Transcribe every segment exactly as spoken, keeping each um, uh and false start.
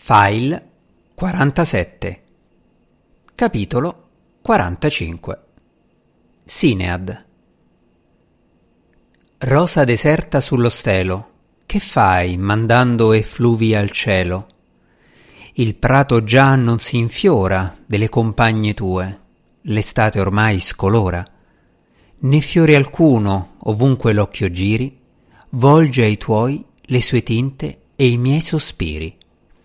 File quarantasette. Capitolo quarantacinque. Sinead. Rosa deserta sullo stelo, che fai mandando effluvi al cielo? Il prato già non si infiora delle compagne tue, l'estate ormai scolora, né fiore alcuno, ovunque l'occhio giri, volge ai tuoi le sue tinte e i miei sospiri.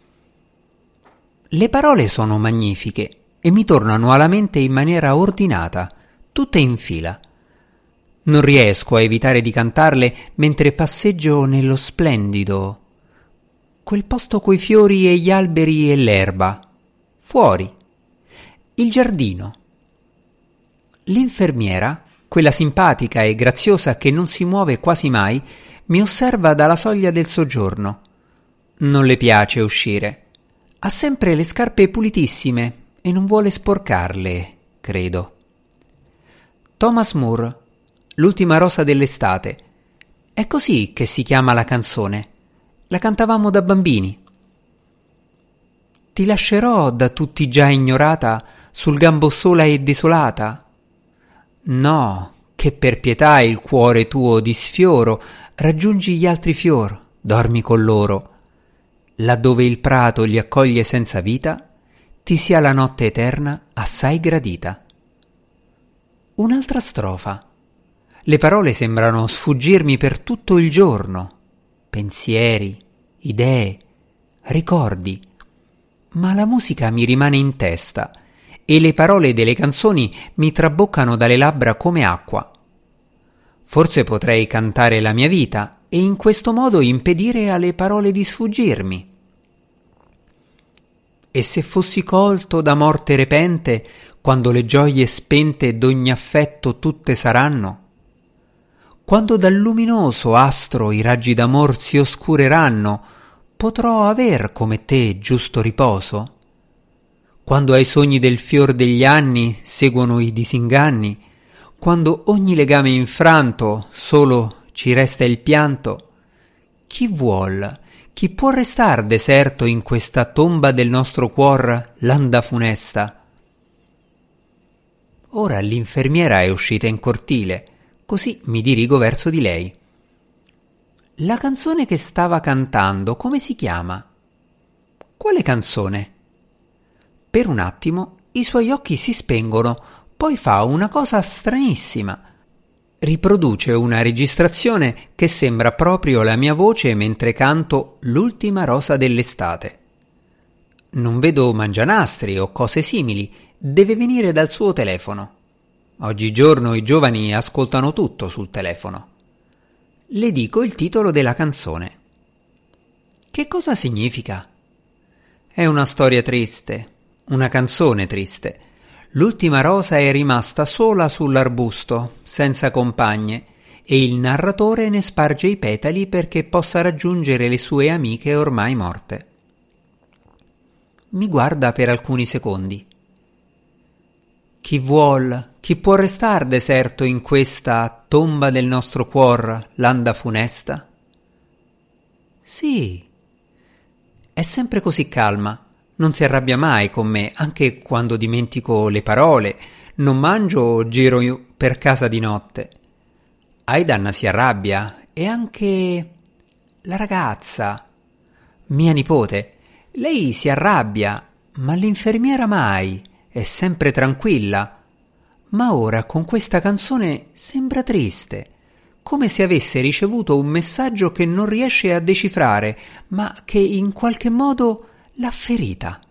Le parole sono magnifiche e mi tornano alla mente in maniera ordinata, tutte in fila. Non riesco a evitare di cantarle mentre passeggio nello splendido, quel posto coi fiori e gli alberi e l'erba, fuori, il giardino. L'infermiera, quella simpatica e graziosa che non si muove quasi mai, mi osserva dalla soglia del soggiorno. Non le piace uscire. Ha sempre le scarpe pulitissime e non vuole sporcarle, credo. Thomas Moore, l'ultima rosa dell'estate. È così che si chiama la canzone. La cantavamo da bambini. Ti lascerò da tutti già ignorata sul gambo sola e desolata. No, che per pietà il cuore tuo di sfioro raggiungi gli altri fior, dormi con loro. Laddove il prato li accoglie senza vita, ti sia la notte eterna assai gradita. Un'altra strofa. Le parole sembrano sfuggirmi per tutto il giorno. Pensieri, idee, ricordi. Ma la musica mi rimane in testa e le parole delle canzoni mi traboccano dalle labbra come acqua. Forse potrei cantare la mia vita e in questo modo impedire alle parole di sfuggirmi. E se fossi colto da morte repente, quando le gioie spente d'ogni affetto tutte saranno? Quando dal luminoso astro i raggi d'amor si oscureranno, potrò aver come te giusto riposo? Quando ai sogni del fior degli anni seguono i disinganni, quando ogni legame infranto solo ci resta il pianto, chi vuol, chi può restar deserto in questa tomba del nostro cuor landa funesta? Ora l'infermiera è uscita in cortile, così mi dirigo verso di lei. La canzone che stava cantando, come si chiama? Quale canzone? Per un attimo i suoi occhi si spengono, poi fa una cosa stranissima. Riproduce una registrazione che sembra proprio la mia voce mentre canto l'ultima rosa dell'estate. Non vedo mangianastri o cose simili, deve venire dal suo telefono. Oggigiorno i giovani ascoltano tutto sul telefono. Le dico il titolo della canzone. Che cosa significa? È una storia triste, una canzone triste. L'ultima rosa è rimasta sola sull'arbusto, senza compagne, e il narratore ne sparge i petali perché possa raggiungere le sue amiche ormai morte. Mi guarda per alcuni secondi. Chi vuol, chi può restar deserto in questa tomba del nostro cuor, landa funesta? Sì, è sempre così calma. Non si arrabbia mai con me, anche quando dimentico le parole, non mangio o giro per casa di notte. Aidan si arrabbia e anche la ragazza, mia nipote. Lei si arrabbia, ma l'infermiera mai, è sempre tranquilla. Ma ora con questa canzone sembra triste, come se avesse ricevuto un messaggio che non riesce a decifrare, ma che in qualche modo l'ha ferita.